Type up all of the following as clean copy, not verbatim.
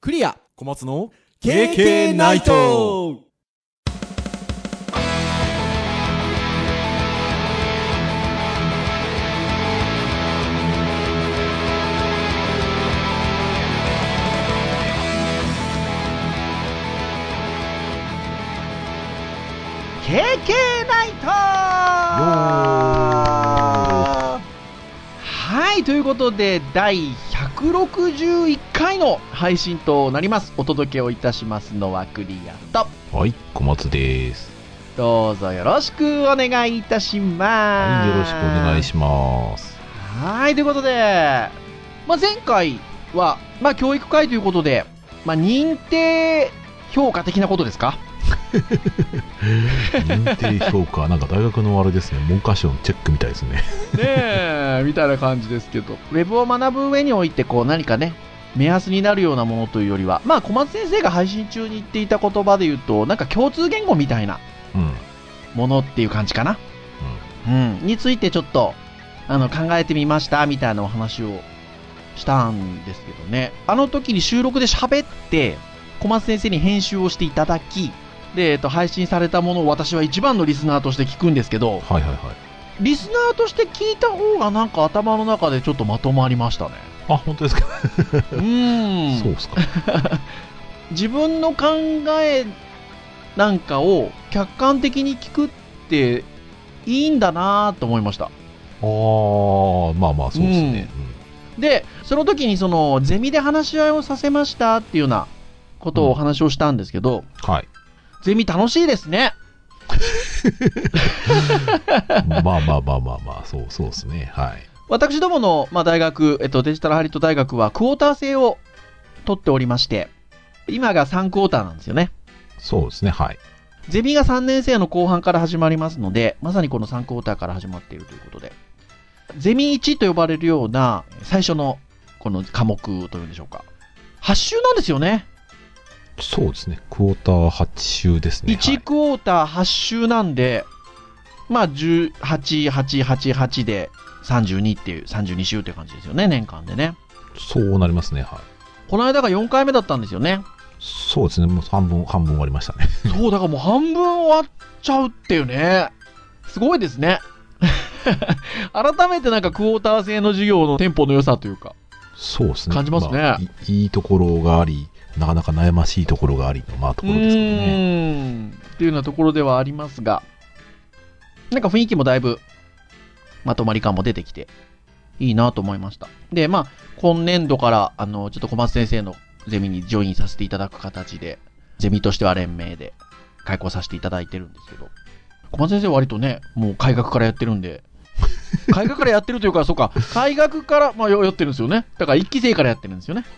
クリア小松の KK ナイト。 KK ナイト。はい、ということで第161回の配信となります。お届けをいたしますのはクリアと、 はい、小松です。 どうぞよろしくお願いいたします。 はい、よろしくお願いします。 はい、ということで、前回は、教育会ということで、認定評価的なことですか？ 認定評価、なんか大学のあれですね、文科省のチェックみたいですね。 ねえ、みたいな感じですけど、ウェブを学ぶ上において、何かね、目安になるようなものというよりは、小松先生が配信中に言っていた言葉で言うと、なんか共通言語みたいなものっていう感じかな。についてちょっと、考えてみました、みたいなお話をしたんですけどね。あの時に収録で喋って、小松先生に編集をしていただき、で、配信されたものを私は一番のリスナーとして聞くんですけど、 はいはいはい。 リスナーとして聞いた方がなんか頭の中でちょっとまとまりましたね。 あ、本当ですか？そうですか。 自分の考えなんかを客観的に聞くっていいんだなと思いました。 そうですね。 で、その時にゼミで話し合いをさせましたっていうようなことをお話をしたんですけど、 はい。 ゼミ楽しいですね。 そうですね。はい。 私どもの、大学、デジタルハリウッド大学はクォーター制を取っておりまして、今が3クォーターなんですよね。 そうですね。はい。 ゼミが3年生の後半から始まりますので、まさにこの3クォーターから始まっているということで、ゼミ1と呼ばれるような最初のこの科目というんでしょうか。8週なんですよね。 そうですね。クォーター8週ですね。 1クォーター8週なんで、18、8、8、8で32っていう、32週っていう感じですよね、年間でね。 そうなりますね。はい。 この間が4回目だったんですよね。 そうですね。もう半分終わりましたね。 そう、だからもう半分終わっちゃうっていうね。すごいですね。改めてなんかクォーター制の授業のテンポの良さというか。 そうですね。 感じますね。 いいところがあり、なかなか悩ましいところがありの、ところですけどね。 っていうようなところではありますが、なんか雰囲気もだいぶまとまり感も出てきていいなと思いました。で、今年度からちょっと小松先生のゼミにジョインさせていただく形で、ゼミとしては連名で開講させていただいてるんですけど、小松先生は割とね、もう開学からやってるんで、開学からやってるというか、そうか、開学から、やってるんですよね。だから1期生からやってるんですよね。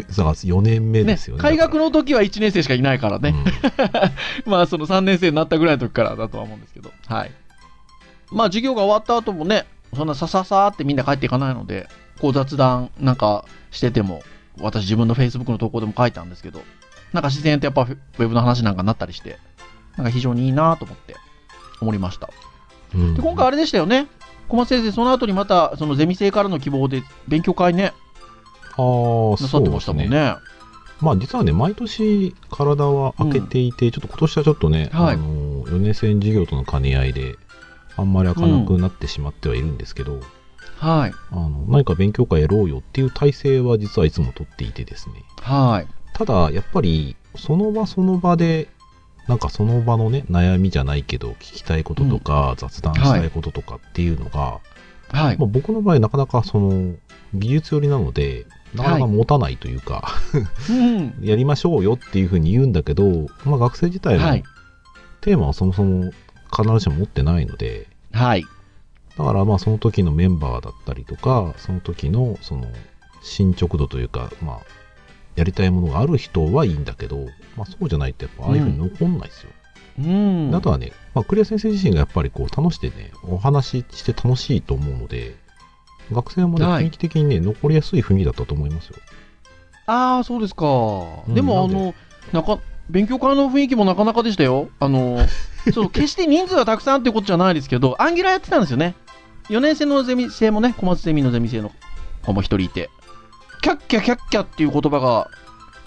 4年目ですよね。 開学の時は1年生しかいないからね。その3年生になったぐらいの時からだとは思うんですけど。はい。授業が終わった後もね、そんなさってみんな帰っていかないので、雑談なんかしてても、私自分の Facebook の投稿でも書いたんですけど、なんか自然とやっぱウェブの話なんかになったりして、なんか非常にいいなと思って思いました。で、今回あれでしたよね。小松先生、その後にまたそのゼミ生からの希望で勉強会ね、なさってましたもんね。 実はね、毎年体は開けていて、ちょっと今年はちょっとね、4年生授業との兼ね合いであんまり開かなくなってしまってはいるんですけど、何か勉強会やろうよっていう体制は実はいつも取っていてですね。ただやっぱりその場その場でなんかその場のね、悩みじゃないけど聞きたいこととか、雑談したいこととかっていうのが、僕の場合なかなかその技術寄りなのでなかなか持たないというか、やりましょうよっていうふうに言うんだけど、学生自体のテーマはそもそも必ずしも持ってないので、だからその時のメンバーだったりとか、その時のその進捗度というか、やりたいものがある人はいいんだけど、そうじゃないとやっぱああいうふうに残んないですよ。あとはね、クリア先生自身がやっぱり楽してね、お話しして楽しいと思うので、学生もね、雰囲気的にね、残りやすい雰囲気だったと思いますよ。 ああ、そうですか。でも勉強会の雰囲気もなかなかでしたよ。決して人数がたくさんっていうことじゃないですけど、アンギュラやってたんですよね。4年生のゼミ生もね、小松ゼミのゼミ生の子も一人いて、キャッキャキャッキャっていう言葉が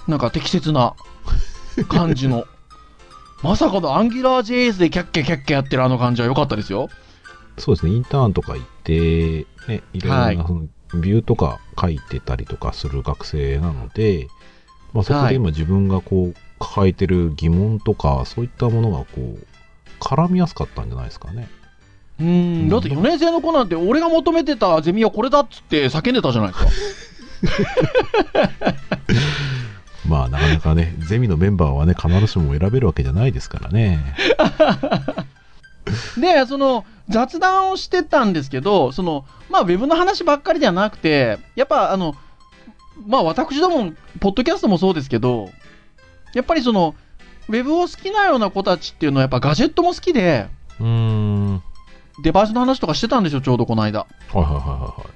なんか適切な感じのまさかのアンギュラー JS でキャッキャキャッキャやってるあの感じは良かったですよ。 そうですね、インターンとか行って、ね、いろいろなそのビューとか書いてたりとかする学生なので、まあ、そこで今自分がこう抱えてる疑問とか、そういったものがこう絡みやすかったんじゃないですかね。 だって4年生の子なんて俺が求めてたゼミはこれだっつって叫んでたじゃないですか。 まあなかなかね、ゼミのメンバーはね、必ずしも選べるわけじゃないですからね。 で、その雑談をしてたんですけど、そのまあウェブの話ばっかりじゃなくて、やっぱまあ私どもポッドキャストもそうですけど、やっぱりそのウェブを好きなような子たちっていうのはやっぱガジェットも好きで、デバイスの話とかしてたんですよ、ちょうどこの間。 はいはいはいはい。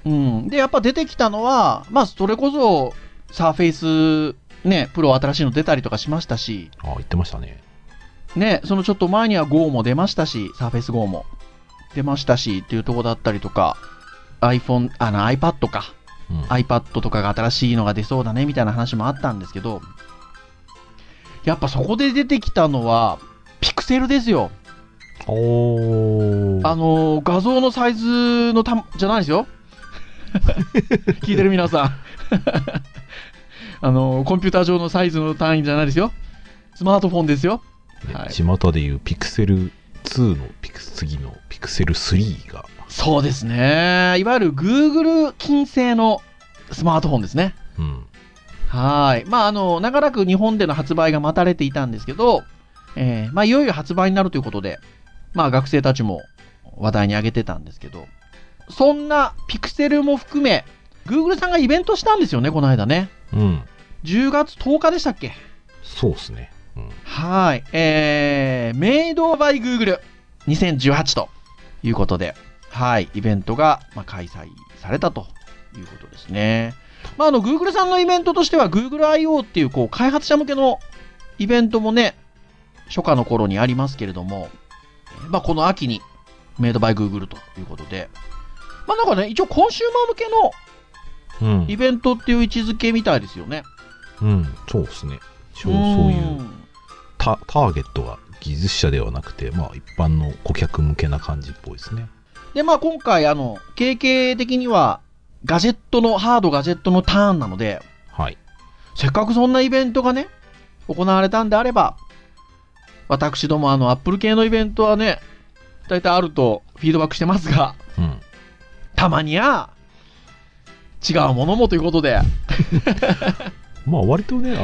でやっぱ出てきたのは、まあそれこそサーフェイスね、プロ新しいの出たりとかしましたし、 言ってましたね。 ね、そのちょっと前には Go も出ましたし、サーフェイス Go も出ましたしっていうところだったりとか、iPad か、iPad とかが新しいのが出そうだねみたいな話もあったんですけど、やっぱそこで出てきたのはピクセルですよ。画像のサイズのじゃないですよ。聞いてる皆さん。コンピューター上のサイズの単位じゃないですよ。スマートフォンですよ。 はい、巷でいうピクセル2の次のピクセル3が。 そうですね。いわゆる Google 金製のスマートフォンですね。はい。まあ、長らく日本での発売が待たれていたんですけど、まあ、いよいよ発売になるということで、まあ、学生たちも話題に上げてたんですけど、そんなピクセルも含め、Google さんがイベントしたんですよね、この間ね。10月10日でしたっけ？ そうですね。 はい。メイドバイ Google 2018ということで、はい、イベントが、開催されたということですね。まあ、Google さんのイベントとしては Google I/O っていう、開発者向けのイベントもね、初夏の頃にありますけれども、まあ、この秋にメイドバイ Google ということで、まあ、なんかね、一応コンシューマー向けのイベントっていう位置づけみたいですよね。 そうですね。そういうターゲットが技術者ではなくて、まあ、一般の顧客向けな感じっぽいですね。 で、まあ、今回経験的にはハードガジェットのターンなので、 はい、 せっかくそんなイベントがね行われたんであれば、私どもアップル系のイベントはね大体あるとフィードバックしてますが、たまには違うものもということでまあ割とね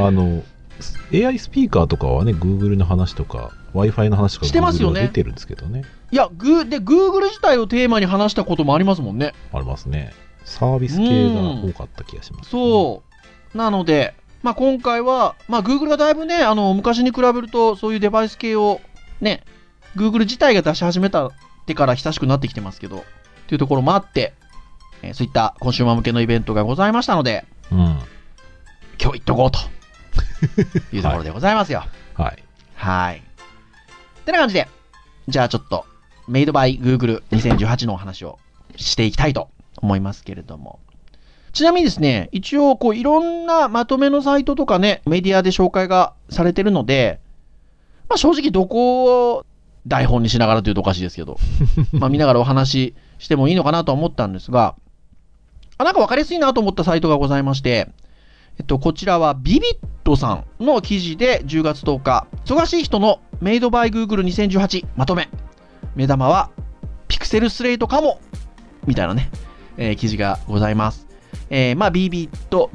AI スピーカーとかはね Google の話とか Wi-Fi の話とかしてますよね。 出てるんですけどね。 いやGoogle 自体をテーマに話したこともありますもんね。 ありますね。サービス系が多かった気がします、ね。 そうなので、まあ、今回は、まあ、Google がだいぶね昔に比べるとそういうデバイス系をね Google 自体が出し始めたってから親しくなってきてますけどというところもあって、そういったコンシューマー向けのイベントがございましたので、今日行っとこうというところでございますよ。はいってな感じで、じゃあちょっとメイドバイ Google 2018のお話をしていきたいと思いますけれども、ちなみにですね、一応いろんなまとめのサイトとかねメディアで紹介がされてるので、まあ、正直どこを台本にしながらというとおかしいですけどまあ見ながらお話ししてもいいのかなと思ったんですが、なんか分かりやすいなと思ったサイトがございまして、こちらはビビットさんの記事で10月10日、忙しい人のメイドバイ Google 2018まとめ、目玉はピクセルスレートかもみたいなね、記事がございます。まあビビット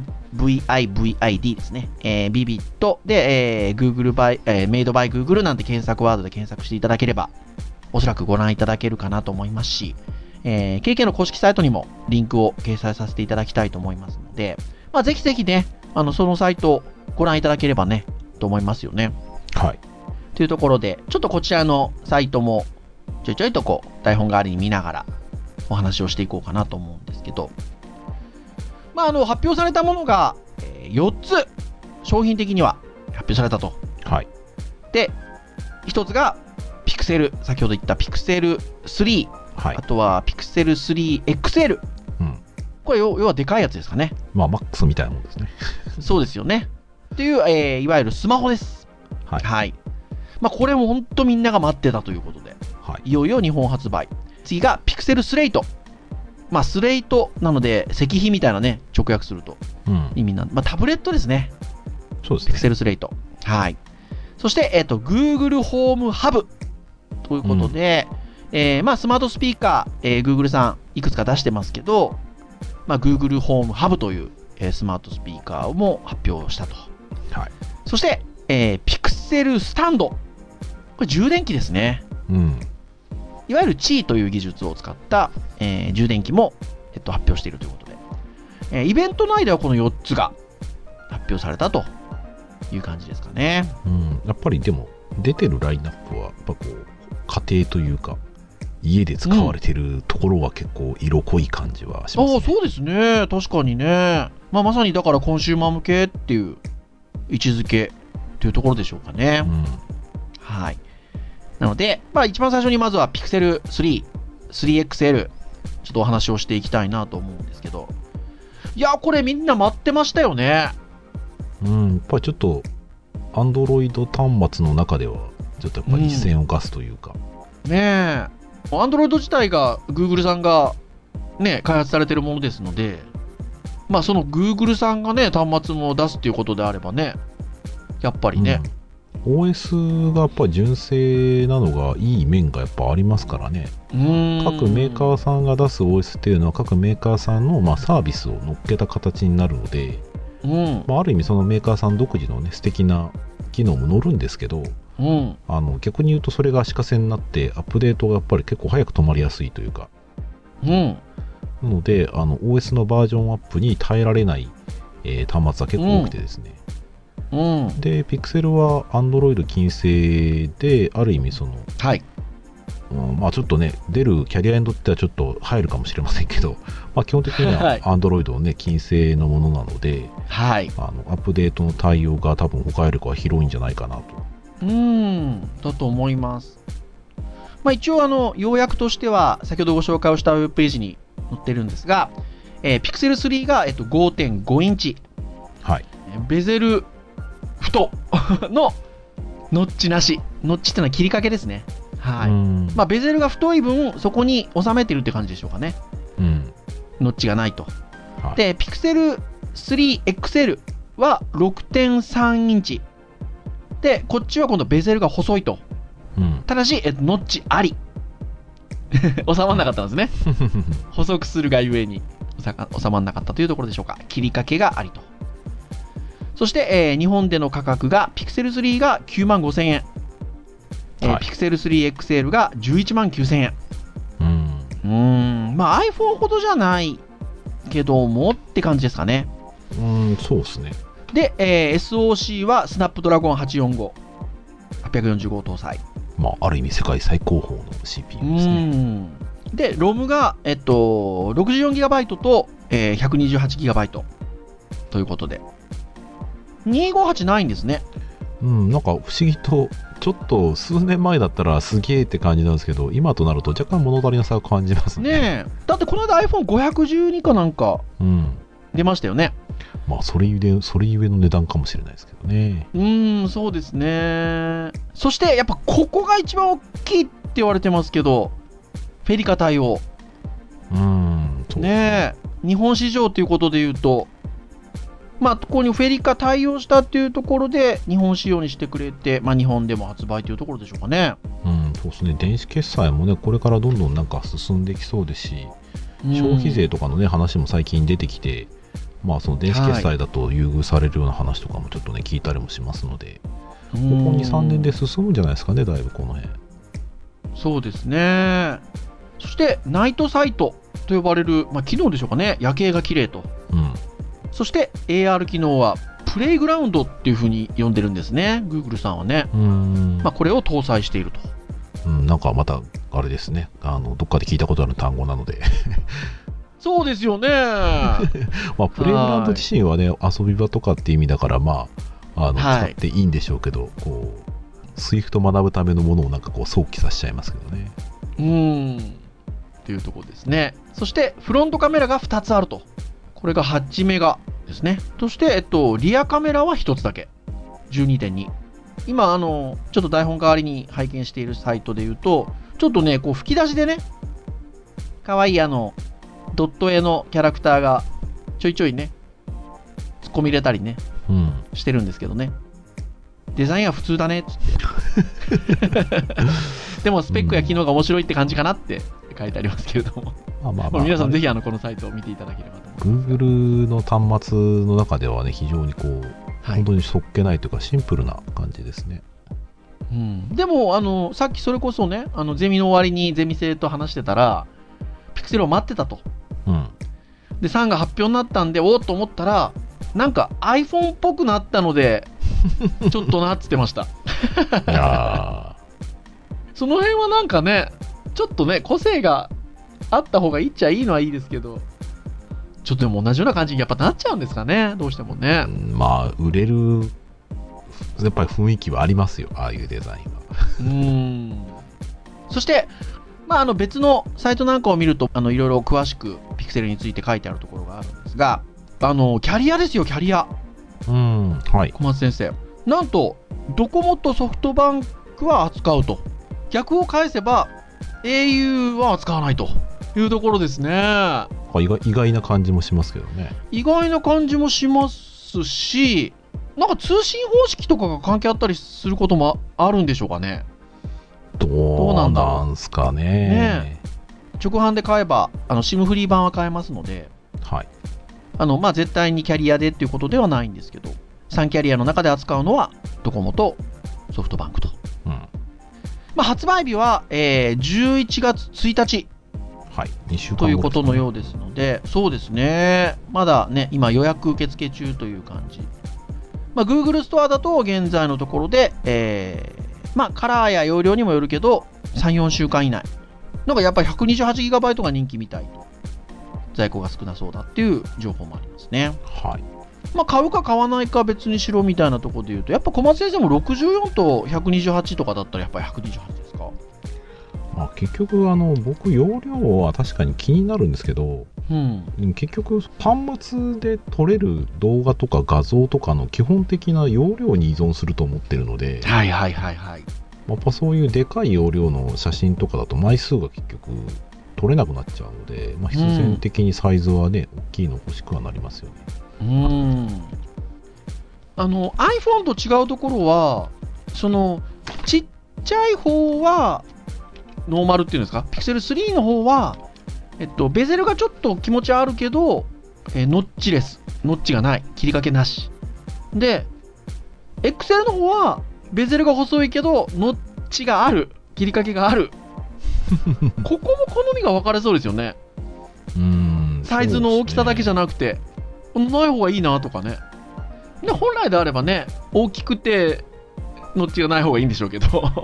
VIVID ですね。ビビットで、Google メイドバイ Google なんて検索ワードで検索していただければおそらくご覧いただけるかなと思いますし、KK の公式サイトにもリンクを掲載させていただきたいと思いますので、まあ、ぜひぜひね、そのサイトをご覧いただければね、と思いますよね。 はい。 というところで、ちょっとこちらのサイトも、ちょいちょいと台本代わりに見ながら、お話をしていこうかなと思うんですけど、まあ、発表されたものが、4つ、商品的には発表されたと。 はい。 で、1つが、ピクセル、先ほど言ったピクセル3、 はい、 あとはピクセル 3XL、これ要はでかいやつですかね。 まあマックスみたいなもんですね。 そうですよね。っという、いわゆるスマホです。 はい。 はい。まあ、これも本当みんなが待ってたということで、 はい、 いよいよ日本発売。次がピクセルスレイト。まあ、スレイトなので、石碑みたいなね、直訳すると意味なんで、まあ、タブレットですね。 そうですね。 ピクセルスレイト。はい。そして、Google ホームハブということで、まあ、スマートスピーカー、Google さんいくつか出してますけど、まあ、Google ホームハブという、スマートスピーカーも発表したと。 はい。 そして、ピクセルスタンド。これ充電器ですね。 うん。 いわゆるチーという技術を使った、充電器も、発表しているということで、イベント内ではこの4つが発表されたという感じですかね。 うん。やっぱりでも、出てるラインナップは、やっぱこう、家庭というか、家で使われてるところは結構色濃い感じはしますね。 ああ、そうですね。確かにね。まあ、まさにだからコンシューマー向けっていう位置づけというところでしょうかね。 うん、 はい。なので、まあ、一番最初にまずは Pixel 3、3XL、ちょっとお話をしていきたいなと思うんですけど。いや、これみんな待ってましたよね。 うん、やっぱりちょっと、Android 端末の中では、ちょっとやっぱり一線を画すというか。 ねえ。Android 自体が Google さんがね、開発されてるものですので、まあその Google さんがね、端末も出すっていうことであればね、やっぱりね。 OS がやっぱり純正なのがいい面がやっぱありますからね。各メーカーさんが出す OS っていうのは各メーカーさんのサービスを乗っけた形になるので、ある意味そのメーカーさん独自のね素敵な機能も乗るんですけど、逆に言うとそれが足かせになってアップデートがやっぱり結構早く止まりやすいというか、なのでOS のバージョンアップに耐えられない、端末は結構多くてですね、で Pixel は Android 近製である意味その、 はい、 まあちょっとね出るキャリアにとってはちょっと入るかもしれませんけど、まあ、基本的には Android のね近製のものなので、 はい、 アップデートの対応が多分他よりかは広いんじゃないかなと。 だと思います。まあ、一応要約としては先ほどご紹介をしたウェブページに載ってるんですが、Pixel 3が、5.5 インチ、 はい、 ベゼル太のノッチなし、ノッチってのは切りかけですね。はい。まあ、ベゼルが太い分そこに収めてるって感じでしょうかね。ノッチがないと。はい、で Pixel 3XL は 6.3 インチで、こっちは今度ベゼルが細いと。ただし、ノッチあり。収まんなかったんですね。細くするがゆえに収まんなかったというところでしょうか。切りかけがありと。そして、日本での価格が Pixel 3が95,000円、Pixel 3XL が119,000円。まあ iPhone ほどじゃないけどもって感じですかね。 そうですね。 で、SoC はスナップドラゴン845、845搭載。 まあ、ある意味世界最高峰の CPU ですね。 で、ROM が、64GB と、128GB ということで。258ないんですね。 なんか不思議と、ちょっと数年前だったらすげえって感じなんですけど、今となると若干物足りなさを感じますね。 ねえ。だってこの間 iPhone512 かなんか、出ましたよね。 まあ、それゆえの値段かもしれないですけどね。 そうですね。そして、やっぱここが一番大きいって言われてますけど、フェリカ対応。 そうねえ。日本市場ということで言うと、まあ、ここにフェリカ対応したっていうところで、日本仕様にしてくれて、まあ、日本でも発売というところでしょうかね。 そうですね。電子決済もね、これからどんどんなんか進んできそうですし、消費税とかのね、話も最近出てきて、まあ、その電子決済だと優遇されるような話とかもちょっとね聞いたりもしますので、ここ2、3年で進むんじゃないですかね、だいぶこの辺。 そうですね。そしてナイトサイトと呼ばれる、機能でしょうかね。夜景が綺麗と。そして AR 機能はプレイグラウンドっていう風に呼んでるんですね、 Google さんはね。これを搭載していると。 なんかまたあれですね、どっかで聞いたことある単語なのでそうですよね。 まあ、プレイグラウンド自身はね、遊び場とかって意味だから、まあ、使っていいんでしょうけど、こう、Swift 学ぶためのものをなんかこう、想起させちゃいますけどね。っていうところですね。そして、フロントカメラが2つあると。これが8メガ、 ですね。そして、リアカメラは1つだけ。12.2。今、ちょっと台本代わりに拝見しているサイトで言うと、ちょっとね、こう吹き出しでね、かわいいドット絵のキャラクターがちょいちょいね、突っ込み入れたりね、してるんですけどね。デザインは普通だねっつってでもスペックや機能が面白いって感じかなって書いてありますけれども皆さんぜひこのサイトを見ていただければと思います。 Google の端末の中ではね、非常にこう、本当にそっけないというかシンプルな感じですね。 でもさっきそれこそね、ゼミの終わりにゼミ生と話してたらピクセルを待ってたと、で3が発表になったんでおーっと思ったら、なんか iPhone っぽくなったのでちょっとなっつってましたその辺はなんかね、ちょっとね個性があった方がいいっちゃいいのはいいですけど、ちょっとでも同じような感じにやっぱなっちゃうんですかね、どうしてもね。 まあ売れるやっぱり雰囲気はありますよ、ああいうデザインは。 そして別のサイトなんかを見るといろいろ詳しくピクセルについて書いてあるところがあるんですが、キャリアですよ、キャリア。 はい、 小松先生、なんとドコモとソフトバンクは扱うと、逆を返せば au は扱わないというところですね。 意外な感じもしますけどね。 意外な感じもしますし、なんか通信方式とかが関係あったりすることもあるんでしょうかね。 どうなんすかね。 直販で買えばSIM フリー版は買えますので、 はい、 絶対にキャリアでっていうことではないんですけど、3キャリアの中で扱うのはドコモとソフトバンクと、発売日は、11月1日、 はい、2週間後ですね、 ということのようですので、そうですね、まだね今予約受付中という感じ。Google ストアだと現在のところで、カラーや容量にもよるけど 3,4 週間以内。なんかやっぱり 128GB が人気みたいと、在庫が少なそうだっていう情報もありますね。 はい。 買うか買わないか別にしろみたいなところで言うと、やっぱ小松先生も64と128とかだったらやっぱり128ですか。 結局僕容量は確かに気になるんですけど、結局端末で撮れる動画とか画像とかの基本的な容量に依存すると思ってるので、やっぱそういうでかい容量の写真とかだと枚数が結局撮れなくなっちゃうので、必然的にサイズはね、大きいの欲しくはなりますよね。 iPhone と違うところは、そのちっちゃい方はノーマルっていうんですか、ピクセル3の方は、ベゼルがちょっと気持ちはあるけど、ノッチレス、ノッチがない、切りかけなしで、XL の方はベゼルが細いけどノッチがある、切りかけがあるここも好みが分かれそうですよね。サイズの大きさだけじゃなくて、ない方がいいなとかね。で本来であればね、大きくてノッチがない方がいいんでしょうけど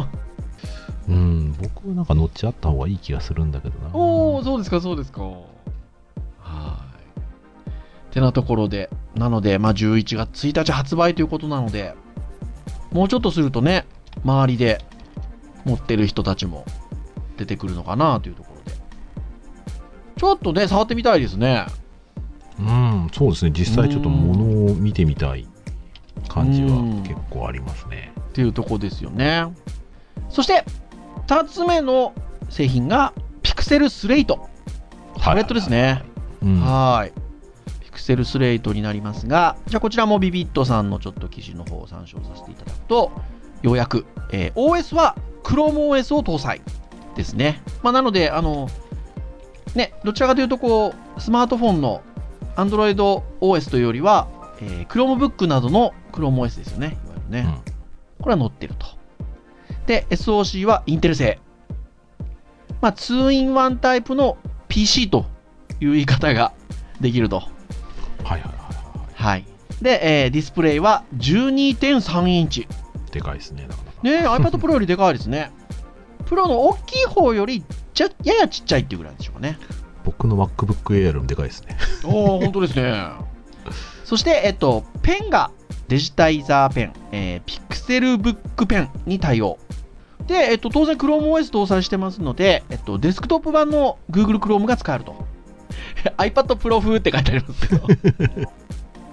僕なんかノッチあった方がいい気がするんだけどな。 そうですか、そうですか。てなところで、なので11月1日発売ということなので、もうちょっとするとね、周りで持ってる人たちも出てくるのかなというところで、ちょっとね触ってみたいですね。 そうですね、実際ちょっと物を見てみたい感じは結構ありますねっていうところですよね。そして2つ目の製品がピクセルスレイト、タブレットですね。ピクセルスレイトになりますが、じゃあこちらもビビットさんのちょっと記事の方を参照させていただくと、ようやく、OS は ChromeOS を搭載ですね。なのでどちらかというとこうスマートフォンの AndroidOS というよりは、Chromebook などの ChromeOS ですよね、いわゆるね。これは載ってると。で SoC はインテル製、2-in-1 タイプの PC という言い方ができると。で、ディスプレイは 12.3 インチ。 でかいですね。 iPad Pro よりでかいですね。プロの大きい方よりややちっちゃいっていうぐらいでしょうかね。 僕の MacBook Air よりもでかいですね。 本当ですね。そして、ペンがデジタイザーペン、ピクセルブックペンに対応で、当然 ChromeOS 搭載してますので、デスクトップ版の Google Chrome が使えるとiPad Pro 風って書いてありますけど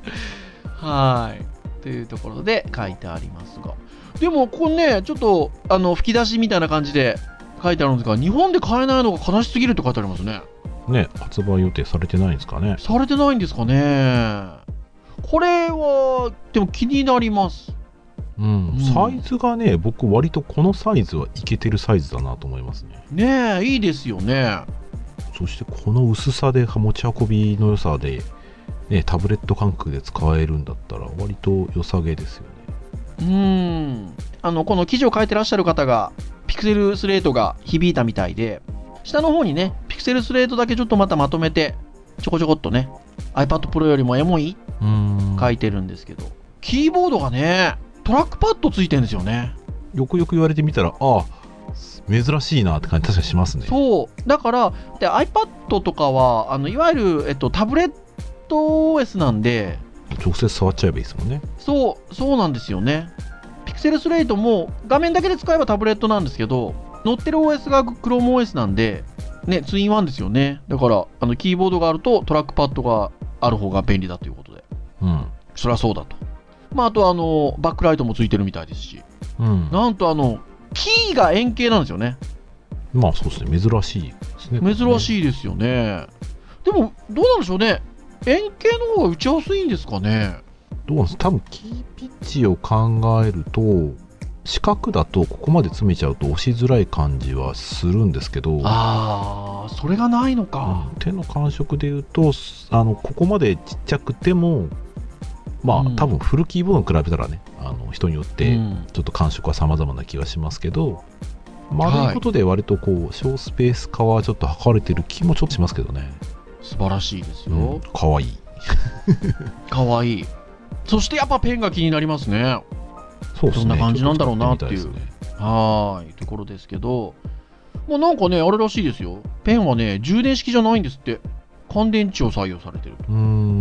はいというところで書いてありますが、でもこれねちょっと吹き出しみたいな感じで書いてあるんですが、日本で買えないのが悲しすぎるって書いてありますね。 ね、発売予定されてないんですかね。 されてないんですかね。これはでも気になります。 サイズがね、僕割とこのサイズはいけてるサイズだなと思いますね。 ねえ、いいですよね。 そしてこの薄さで持ち運びの良さで、ね、タブレット感覚で使えるんだったら割と良さげですよね。 この記事を書いてらっしゃる方がピクセルスレートが響いたみたいで、下の方にねピクセルスレートだけちょっとまたまとめてちょこちょこっとね iPad Pro よりもエモい書いてるんですけど、キーボードがねトラックパッドついてるんですよね。 よくよく言われてみたら、ああ珍しいなって感じ確かにしますね。 そうだからで iPad とかはいわゆる、タブレット OS なんで直接触っちゃえばいいですもんね。 そうなんですよね。ピクセルスレートも画面だけで使えばタブレットなんですけど、乗ってる OS が ChromeOS なんでね、ツインワンですよね。だからキーボードがあるとトラックパッドがある方が便利だということで、そりゃそうだと。あとバックライトもついてるみたいですし、なんとキーが円形なんですよね。 まあそうですね、珍しいですね。 珍しいですよね。でもどうなんでしょうね、円形の方が打ちやすいんですかね。 どうなんですか。多分キーピッチを考えると四角だとここまで詰めちゃうと押しづらい感じはするんですけど、 それがないのか。 手の感触でいうとここまでちっちゃくても多分フルキーボードに比べたらね、人によってちょっと感触は様々な気がしますけど、丸いことで割と小スペース化はちょっと測れてる気もちょっとしますけどね。 素晴らしいですよ。 かわいいかわいい。そしてやっぱペンが気になりますね。 そうですね、 どんな感じなんだろうなっていう、ところですけど、なんかねあれらしいですよ。ペンはね充電式じゃないんですって。乾電池を採用されてると。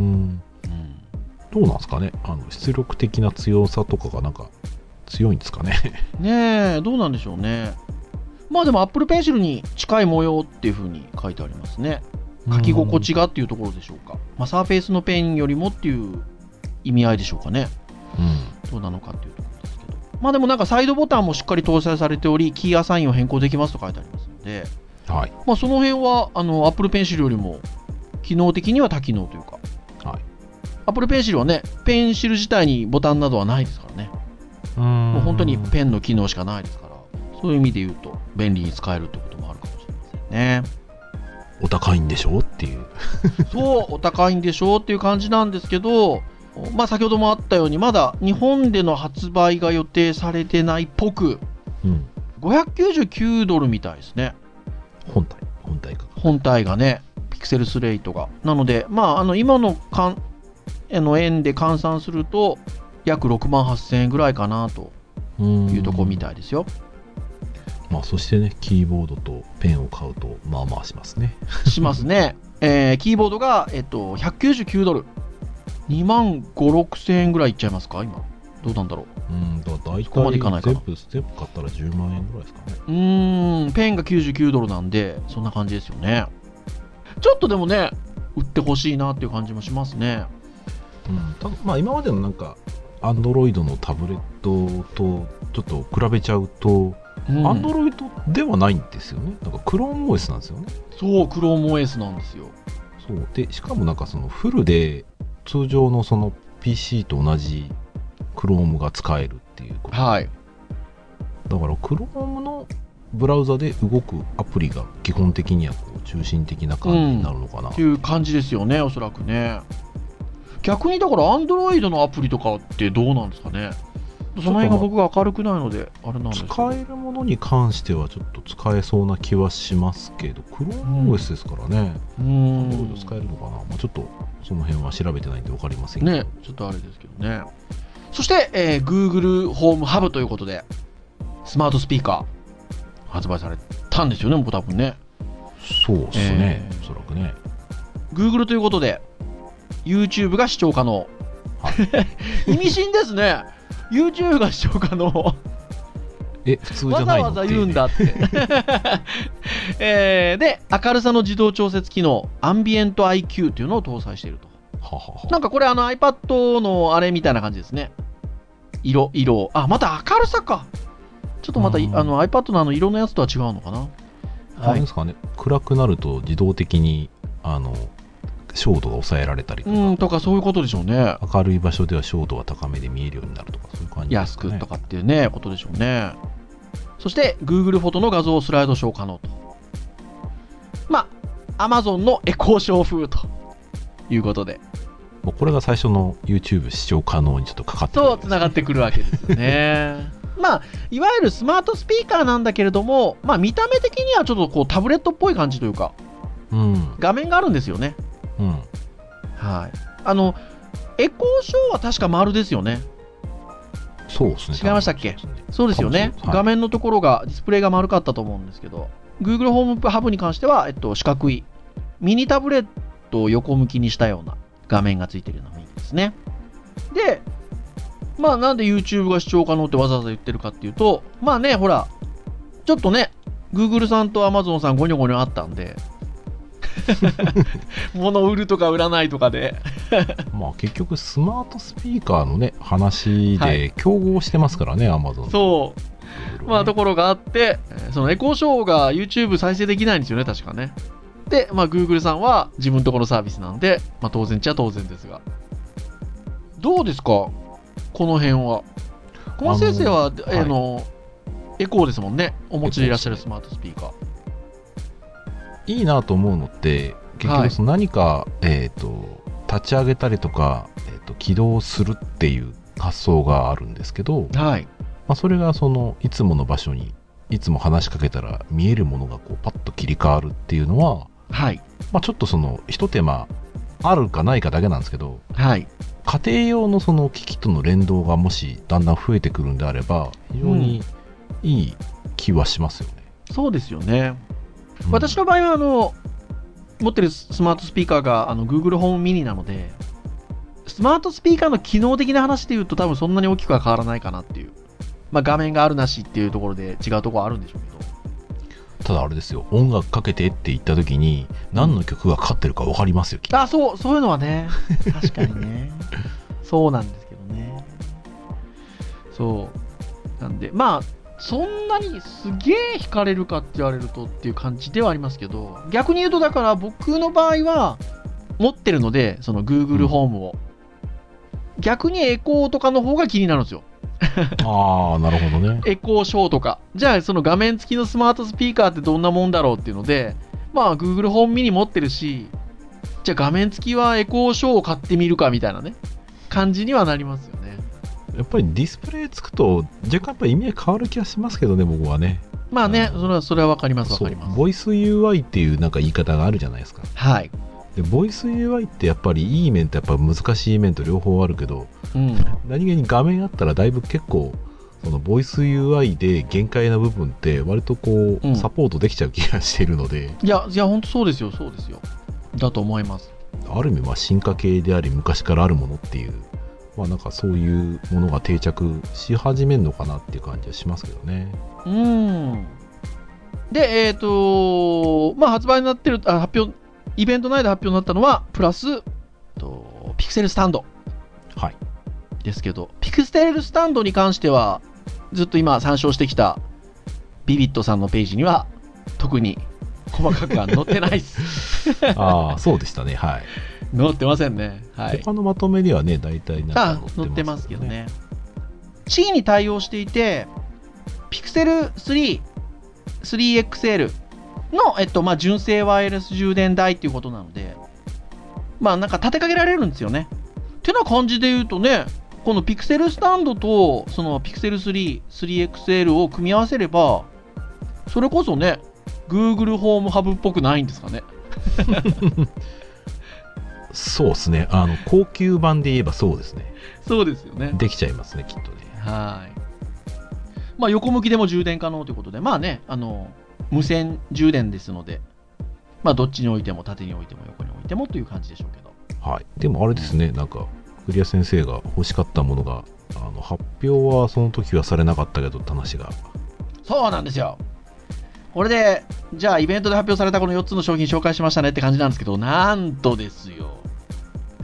どうなんですかね、出力的な強さとかがなんか強いんですかねねえ、どうなんでしょうね。でも Apple Pencil に近い模様っていう風に書いてありますね。書き心地がっていうところでしょうか。サーフェイスのペンよりもっていう意味合いでしょうかね。どうなのかっていうところですけど、でもなんかサイドボタンもしっかり搭載されており、キーアサインを変更できますと書いてありますので、その辺はApple Pencil よりも機能的には多機能というか、Apple Pencil はねペンシル自体にボタンなどはないですからね。もう本当にペンの機能しかないですから、そういう意味で言うと便利に使えるってこともあるかもしれませんね。 お高いんでしょうっていうそうお高いんでしょうっていう感じなんですけど、先ほどもあったようにまだ日本での発売が予定されてないっぽく、$599みたいですね。本体がね、ピクセルスレイトが。なので今の円で換算すると約68,000円ぐらいかなというところみたいですよ。 そしてね、キーボードとペンを買うとしますね。 しますね。キーボードが$199、25,000-6,000円ぐらいいっちゃいますか今。どうなんだろう。 大体ここまでいかないかな。 全部買ったら10万円ぐらいですかね。 ペンが$99なんでそんな感じですよね。ちょっとでもね売ってほしいなっていう感じもしますね。 今までのなんか Android のタブレットとちょっと比べちゃうと、Android ではないんですよね。なんか ChromeOS なんですよね。 そう ChromeOS なんですよ。 そうで、しかもなんかそのフルで通常のその PC と同じ Chrome が使えるっていうこと、だから Chrome のブラウザで動くアプリが基本的には中心的な感じになるのかな、 っていう感じですよね、おそらくね。逆にだから Android のアプリとかってどうなんですかね。その辺が僕が明るくないのであれなんですけど、 使えるものに関してはちょっと使えそうな気はしますけど、ChromeOS ですからね。Android 使えるのかな。ちょっとその辺は調べてないんで分かりませんけどね。ちょっとあれですけどね。そして、Google ホームハブということでスマートスピーカー発売されたんですよね。もう多分ね。 そうですね、おそらくね。 Google ということで YouTube が視聴可能、意味深ですね。YouTube が視聴可能普通じゃないのわざわざ言うんだってで明るさの自動調節機能アンビエント IQ というのを搭載していると。 なんかこれiPad のあれみたいな感じですね。色を。また明るさか。ちょっとまたiPad の色のやつとは違うのかな。 あれですかね、暗くなると自動的に照度が抑えられたりとか、 とかそういうことでしょうね。 明るい場所では照度が高めで見えるようになるとか、そういう感じですかね。 安くとかっていうね、ことでしょうね。そして Google フォトの画像をスライドショー可能と。Amazon のエコーショー風ということで。 もうこれが最初の YouTube 視聴可能にちょっとかかってくる、 そう、つながってくるわけですよね。いわゆるスマートスピーカーなんだけれども、見た目的にはちょっとこうタブレットっぽい感じというか、画面があるんですよね。はい。エコーショーは確か丸ですよね。 そうですね。 違いましたっけ？そうですよね。画面のところが、ディスプレイが丸かったと思うんですけど、Google ホームハブに関しては、四角い、ミニタブレットを横向きにしたような画面がついてるような雰囲気ですね。で、なんで YouTube が視聴可能ってわざわざ言ってるかっていうと、ほら、ちょっとね、Google さんと Amazon さんゴニョゴニョあったんで、物売るとか売らないとかで結局スマートスピーカーのね話で競合してますからね、Amazon。 そうところがあって、そのエコーショーが YouTube 再生できないんですよね、確かね。で、Google さんは自分のところのサービスなんで、当然っちゃ当然ですが、どうですかこの辺は。小松先生は、エコーですもんね、お持ちでいらっしゃるスマートスピーカー。 いいなと思うのって結局その何か、立ち上げたりとか、起動するっていう発想があるんですけど、それがいつもの場所にいつも話しかけたら見えるものがこうパッと切り替わるっていうのは、ちょっと一手間あるかないかだけなんですけど、家庭用のその機器との連動がもしだんだん増えてくるんであれば非常にいい気はしますよね。 そうですよね。私の場合は持ってるスマートスピーカーがGoogle ホームミニなので、スマートスピーカーの機能的な話でいうと多分そんなに大きくは変わらないかなっていう、画面があるなしっていうところで違うところあるんでしょうけど、 ただあれですよ、音楽かけてって言った時に何の曲がかかってるか分かりますよ、きっと。 そういうのはね、確かにねそうなんですけどね。そうなんで、そんなにすげえ惹かれるかって言われるとっていう感じではありますけど、逆に言うとだから僕の場合は持ってるので、その Google ホームを、逆にエコーとかの方が気になるんですよ。 なるほどね。 エコーショーとか、じゃあその画面付きのスマートスピーカーってどんなもんだろうっていうので、Google ホームミニ持ってるし、じゃあ画面付きはエコーショーを買ってみるかみたいなね感じにはなりますよね。 やっぱりディスプレイつくと若干やっぱ意味が変わる気がしますけどね、僕はね。 それは分かります。 ボイス UI っていうなんか言い方があるじゃないですか。でボイス UI ってやっぱりいい面とやっぱ難しい面と両方あるけど、何気に画面あったらだいぶ結構そのボイス UI で限界な部分って割とこう、サポートできちゃう気がしているので、 いや本当そうですよだと思います。 ある意味進化系であり昔からあるものっていう、なんかそういうものが定着し始めるのかなっていう感じはしますけどね。 で発売になってるイベント内で発表になったのはプラスピクセルスタンドですけど、ピクセルスタンドに関してはずっと今参照してきたビビットさんのページには特に細かくは載ってないですそうでしたね。 載ってませんね。 他のまとめにはね大体載ってますけどね。C に対応していて、ピクセル 3XL の、純正ワイヤレス充電台っていうことなので、なんか立てかけられるんですよね。ってな感じで言うとね、このピクセルスタンドとそのピクセル 3XL を組み合わせれば、それこそね Google ホームハブっぽくないんですかねそうですね。高級版で言えばそうですね。 そうですよね。 できちゃいますね、きっとね。 横向きでも充電可能ということで、無線充電ですので、どっちに置いても縦に置いても横に置いてもという感じでしょうけど。 でもあれですね、なんかクリア先生が欲しかったものが発表はその時はされなかったけどって話が。 そうなんですよ。これでじゃあイベントで発表されたこの4つの商品紹介しましたねって感じなんですけど、なんとですよ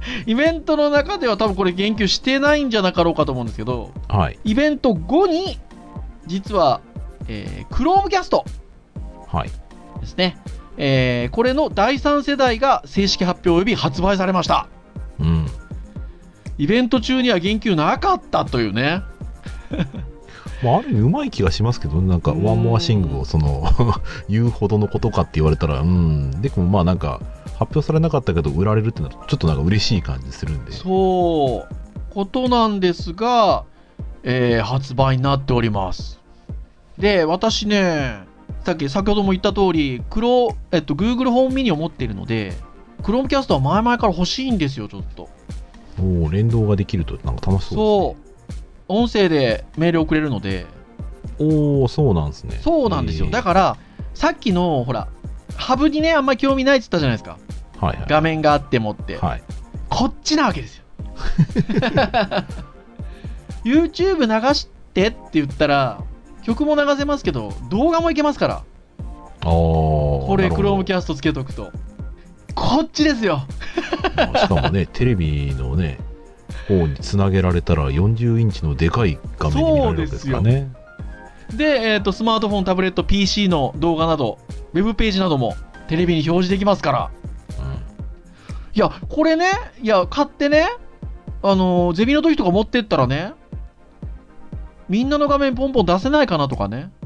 イベントの中では多分これ言及してないんじゃなかろうかと思うんですけど、 はい、 イベント後に実は、Chromecast ですね、これの第3世代が正式発表及び発売されました。 うん、 イベント中には言及なかったというね。 まあ、ある意味うまい気がしますけど、なんかワンモアシングを言うほどのことかって言われたら、でもまあなんか発表されなかったけど売られるってなるとちょっとなんか嬉しい感じするんで、 そうことなんですが、発売になっております。で、私ね、先ほども言った通り、Google ホームミニを持っているので、Chromecast は前々から欲しいんですよ、ちょっと。 連動ができるとなんか楽しそうですね。 そう、音声でメール送れるので。 そうなんですね。 そうなんですよ。だから、さっきの、ほら、ハブにね、あんまり興味ないって言ったじゃないですか。 はいはい、 画面があってもって。 はい、 こっちなわけですよ。YouTube 流してって言ったら、曲も流せますけど、動画もいけますから。これ、Chromecast つけとくと。こっちですよ。 しかもね、テレビのね、方につなげられたら40インチのでかい画面に見られるわけですからね。 で、スマートフォン、タブレット、PC の動画など、ウェブページなどもテレビに表示できますから。いや、これね、買ってね、ゼミの時とか持ってったらね、みんなの画面ポンポン出せないかなとかね、いう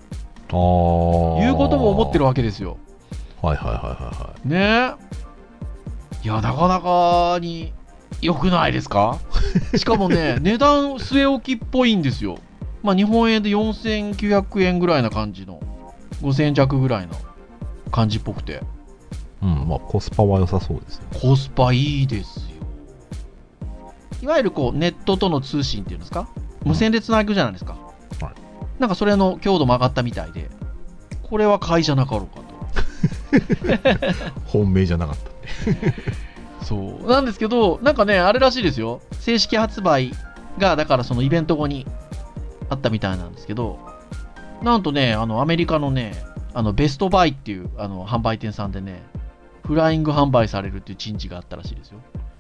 ことも思ってるわけですよ。 はいはいはいはい。 ねえ。いや、なかなかに良くないですか？しかもね、値段据え置きっぽいんですよ。まあ、日本円で4900円ぐらいな感じの、5000円弱ぐらいの感じっぽくて。 まあ、コスパは良さそうですね。 コスパいいですよ。いわゆるネットとの通信っていうんですか、無線でつなぐじゃないですか。 はい、 なんかそれの強度も上がったみたいで、これは買いじゃなかろうかと。 本命じゃなかったそうなんですけど、なんかね、あれらしいですよ。正式発売が、だからそのイベント後にあったみたいなんですけど、なんとね、アメリカのね、ベストバイっていう販売店さんでね、フライング販売されるっていう珍事があったらしいですよ。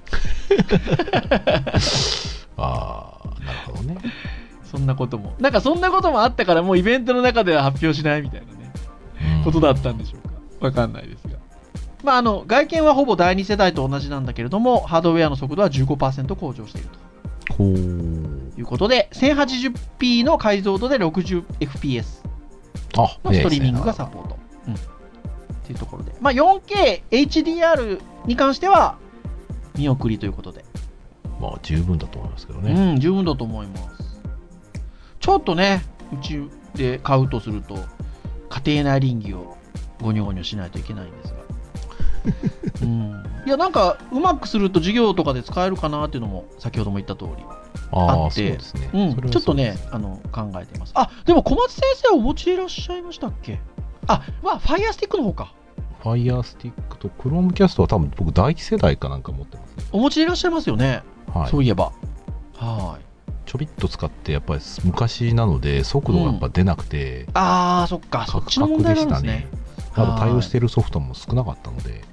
ああ、なるほどね。 そんなこともあったから、もうイベントの中では発表しないみたいなね、ことだったんでしょうか。わかんないですが。まあ、外見はほぼ第2世代と同じなんだけれども、ハードウェアの速度は 15% 向上しているということで、1080p の解像度で 60fps のストリーミングがサポート、っていうところで、まあ、4K HDR に関しては見送りということで、 まあ十分だと思いますけどね。 十分だと思います。ちょっとね、うちで買うとすると家庭内倫理をゴニョゴニョしないといけないんですがいや、なんかうまくすると授業とかで使えるかなっていうのも先ほども言った通りあって、 そうですね、 ちょっとね考えています。でも小松先生はお持ちでいらっしゃいましたっけ？ファイヤースティックの方か。 ファイヤースティックとクロームキャストは多分僕第一世代かなんか持ってますね。 お持ちでいらっしゃいますよね、そういえば。 ちょびっと使ってやっぱり昔なので速度がやっぱ出なくて、 そっか、そっちの問題なんですね。 あと対応しているソフトも少なかったので、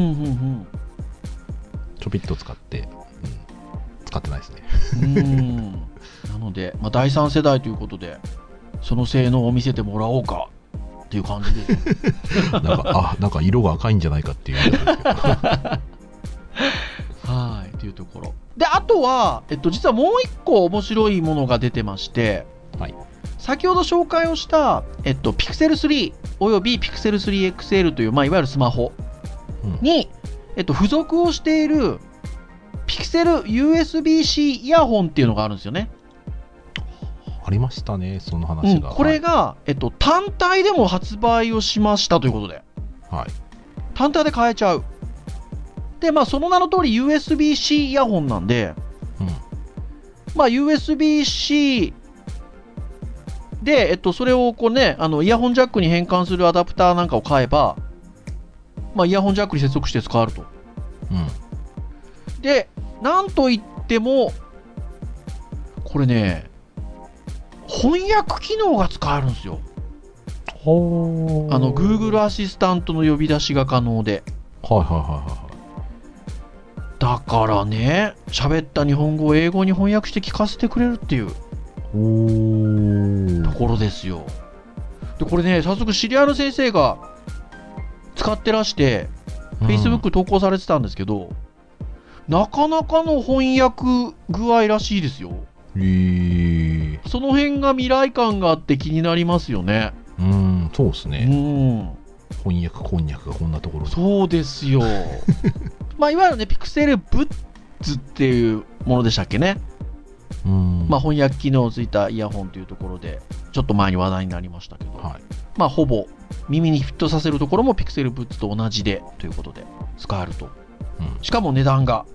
ちょびっと使って、使ってないですね。 なので、第3世代ということでその性能を見せてもらおうかっていう感じです。 なんか色が赤いんじゃないかっていうというところで、あとは、実はもう一個面白いものが出てまして、先ほど紹介をした、Pixel 3および Pixel 3 XL という、いわゆるスマホに、付属をしている Pixel USB-C イヤホンっていうのがあるんですよね。 ありましたね、その話が。 これが、単体でも発売をしましたということで、単体で買えちゃう。で、その名の通り USB-C イヤホンなんで、USB-C で、それをイヤホンジャックに変換するアダプターなんかを買えば、イヤホンジャックに接続して使えると。で、なんといっても、これね、翻訳機能が使えるんですよ。Google アシスタントの呼び出しが可能で。 だからね、喋った日本語を英語に翻訳して聞かせてくれるっていうところですよ。でこれね、早速知り合いの先生が使ってらして、Facebook 投稿されてたんですけど、なかなかの翻訳具合らしいですよ。その辺が未来感があって気になりますよね。 そうですね。翻訳こんにゃくがこんなところ。 そうですよ。まあいわゆるね、ピクセルブッズっていうものでしたっけね。まあ翻訳機能ついたイヤホンというところでちょっと前に話題になりましたけど、まあほぼ耳にフィットさせるところもピクセルブッズと同じでということで使えると。しかも値段が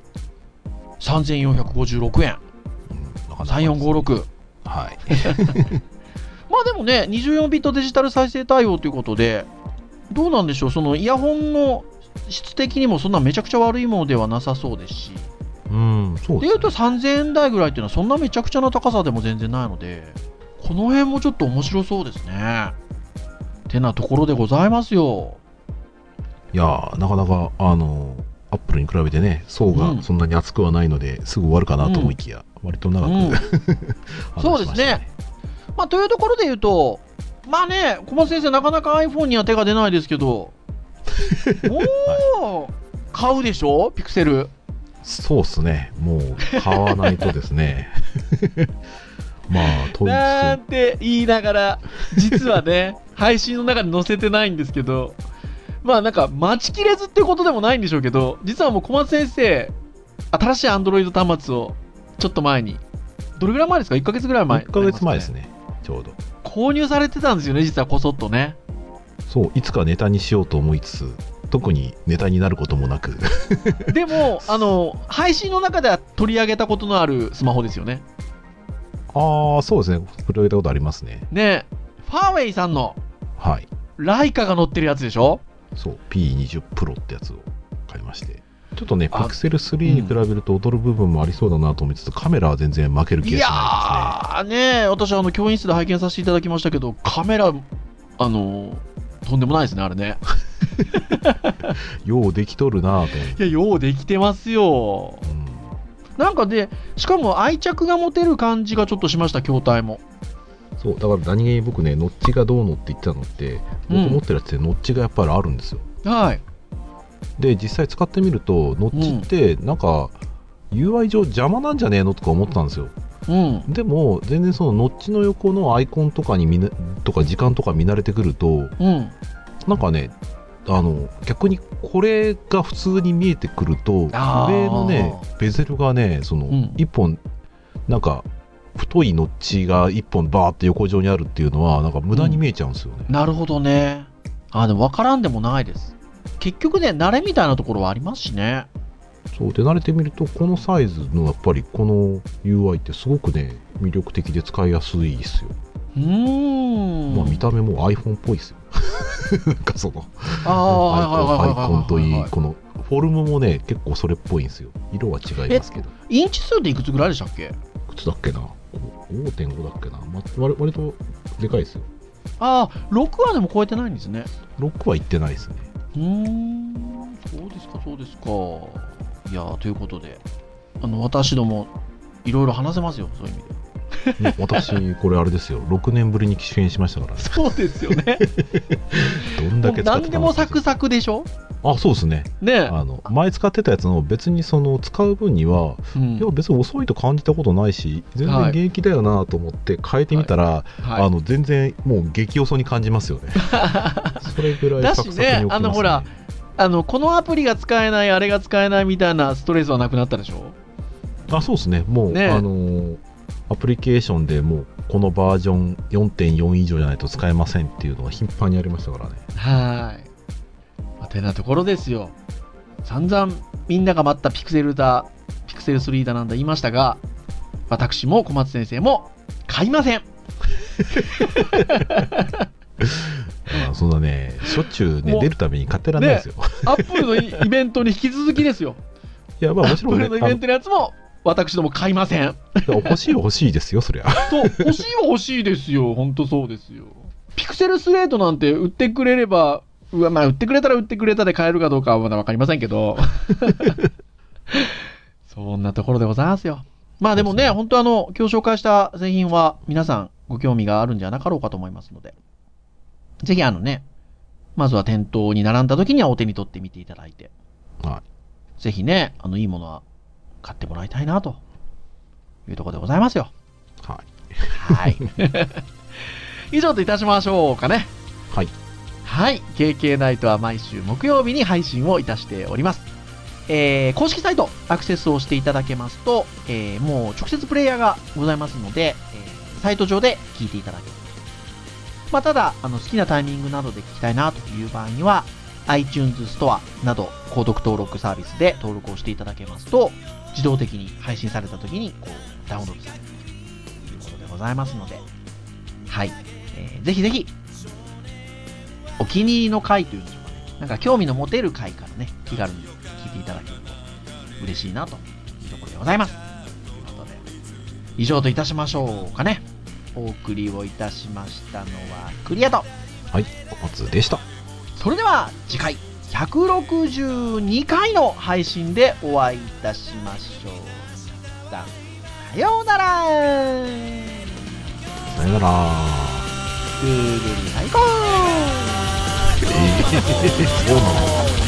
3456円。3456。 はい。 まあでもね、24ビットデジタル再生対応ということで、どうなんでしょう、そのイヤホンの質的にもそんなめちゃくちゃ悪いものではなさそうですし、 そうですね。 でいうと3000円台ぐらいっていうのはそんなめちゃくちゃな高さでも全然ないので、この辺もちょっと面白そうですね。てなところでございますよ。 いやなかなかアップルに比べてね、層がそんなに厚くはないので、すぐ終わるかなと思いきや、割と長く、 そうですね。まあというところで言うと、まあね、小松先生なかなか iPhone には手が出ないですけど、もう買うでしょ、ピクセル。 そうですね、もう買わないとですね。まあとなんて言いながら、実はね、配信の中に載せてないんですけど、まあなんか待ちきれずってことでもないんでしょうけど、実はもう小松先生、新しい Android 端末をちょっと前に、どれぐらい前ですか、1ヶ月ぐらい前、 1ヶ月前ですね、ちょうど購入されてたんですよね、実はこそっとね。 そう、いつかネタにしようと思いつつ、特にネタになることもなく。 でも配信の中では取り上げたことのあるスマホですよね。 ああ、そうですね、取り上げたことありますね。 ね、ファーウェイさんのライカが乗ってるやつでしょ。 そう、P20 Pro ってやつを買いまして、ちょっとね、Pixel 3に比べると劣る部分もありそうだなと思いつつ、カメラは全然負ける気がしないですね。 いやーね、私教員室で拝見させていただきましたけど、カメラとんでもないですね、あれね。 ようできとるなぁと。 いや、ようできてますよ。なんかで、しかも愛着が持てる感じがちょっとしました、筐体も。 そう、だから何気に僕ね、ノッチがどうのって言ってたのって、僕持ってるやつでノッチがやっぱりあるんですよ。 はい。 で、実際使ってみると、ノッチってなんか UI 上邪魔なんじゃねえのとか思ってたんですよ。でも全然そのノッチの横のアイコンとかにとか時間とか見慣れてくると、なんかね、逆にこれが普通に見えてくると、上のねベゼルがね、その1本なんか太いノッチが1本バーって横上にあるっていうのはなんか無駄に見えちゃうんですよね。 なるほどね。でも分からんでもないです。結局ね、慣れみたいなところはありますしね。 そうで、慣れてみるとこのサイズのやっぱりこの UI ってすごくね魅力的で使いやすいですよ。まあ見た目も iPhone っぽいですよ。なんかそのアイコンといい、このフォルムもね結構それっぽいんですよ。色は違いますけど。 インチ数でいくつぐらいでしたっけ？ いくつだっけな、 5.5 だっけな、割とでかいですよ。 6はでも超えてないんですね。 6はいってないですね。 そうですか、そうですか。いや、ということで私どもいろいろ話せますよ、そういう意味で。 私これあれですよ、6年ぶりに機種変しましたからね。 そうですよね。 どんだけ使ってたんですか。 何でもサクサクでしょ。 そうですね。前使ってたやつの別にその使う分には、いや別に遅いと感じたことないし全然現役だよなと思って変えてみたら、全然もう激遅に感じますよね。それぐらいサクサクに起きますね。 だしね、ほらこのアプリが使えないあれが使えないみたいなストレスはなくなったでしょ。そうですね。もうね、アプリケーションでもうこのバージョン 4.4 以上じゃないと使えませんっていうのが頻繁にありましたからね。 てなところですよ。散々みんなが待ったピクセルだ、ピクセル3だなんだ言いましたが、私も小松先生も買いません。 そんなね、しょっちゅうね出るたびに買ってらんないですよ。 アップルのイベントに引き続きですよ。 いや、まあもちろんね、 アップルのイベントのやつも私ども買いません。 欲しいは欲しいですよ、そりゃ。 そう、欲しいは欲しいですよ。本当そうですよ。ピクセルスレートなんて売ってくれれば、まあ売ってくれたら売ってくれたで買えるかどうかはまだ分かりませんけど。 そんなところでございますよ。まあでもね、本当今日紹介した製品は皆さんご興味があるんじゃなかろうかと思いますので、ぜひまずは店頭に並んだ時にはお手に取ってみていただいて、 はい。 ぜひね、いいものは買ってもらいたいなというところでございますよ。 はい。 はい。以上といたしましょうかね。 はい。 はい。KK ナイトは毎週木曜日に配信をいたしております。公式サイトアクセスをしていただけますと、もう直接プレイヤーがございますので、サイト上で聞いていただける。まあ、ただ、好きなタイミングなどで聞きたいなという場合には、iTunes ストアなど、購読登録サービスで登録をしていただけますと、自動的に配信された時に、ダウンロードされるということでございますので、はい。ぜひぜひ、お気に入りの回というんでしょうかね。なんか興味の持てる回からね、気軽に聞いていただけると嬉しいなというところでございます。ということで、以上といたしましょうかね。お送りをいたしましたのはクリアと、 はい、小松でした。 それでは次回162回の配信でお会いいたしましょう。さようなら。 さようなら。 グーグル最高。 そうなの。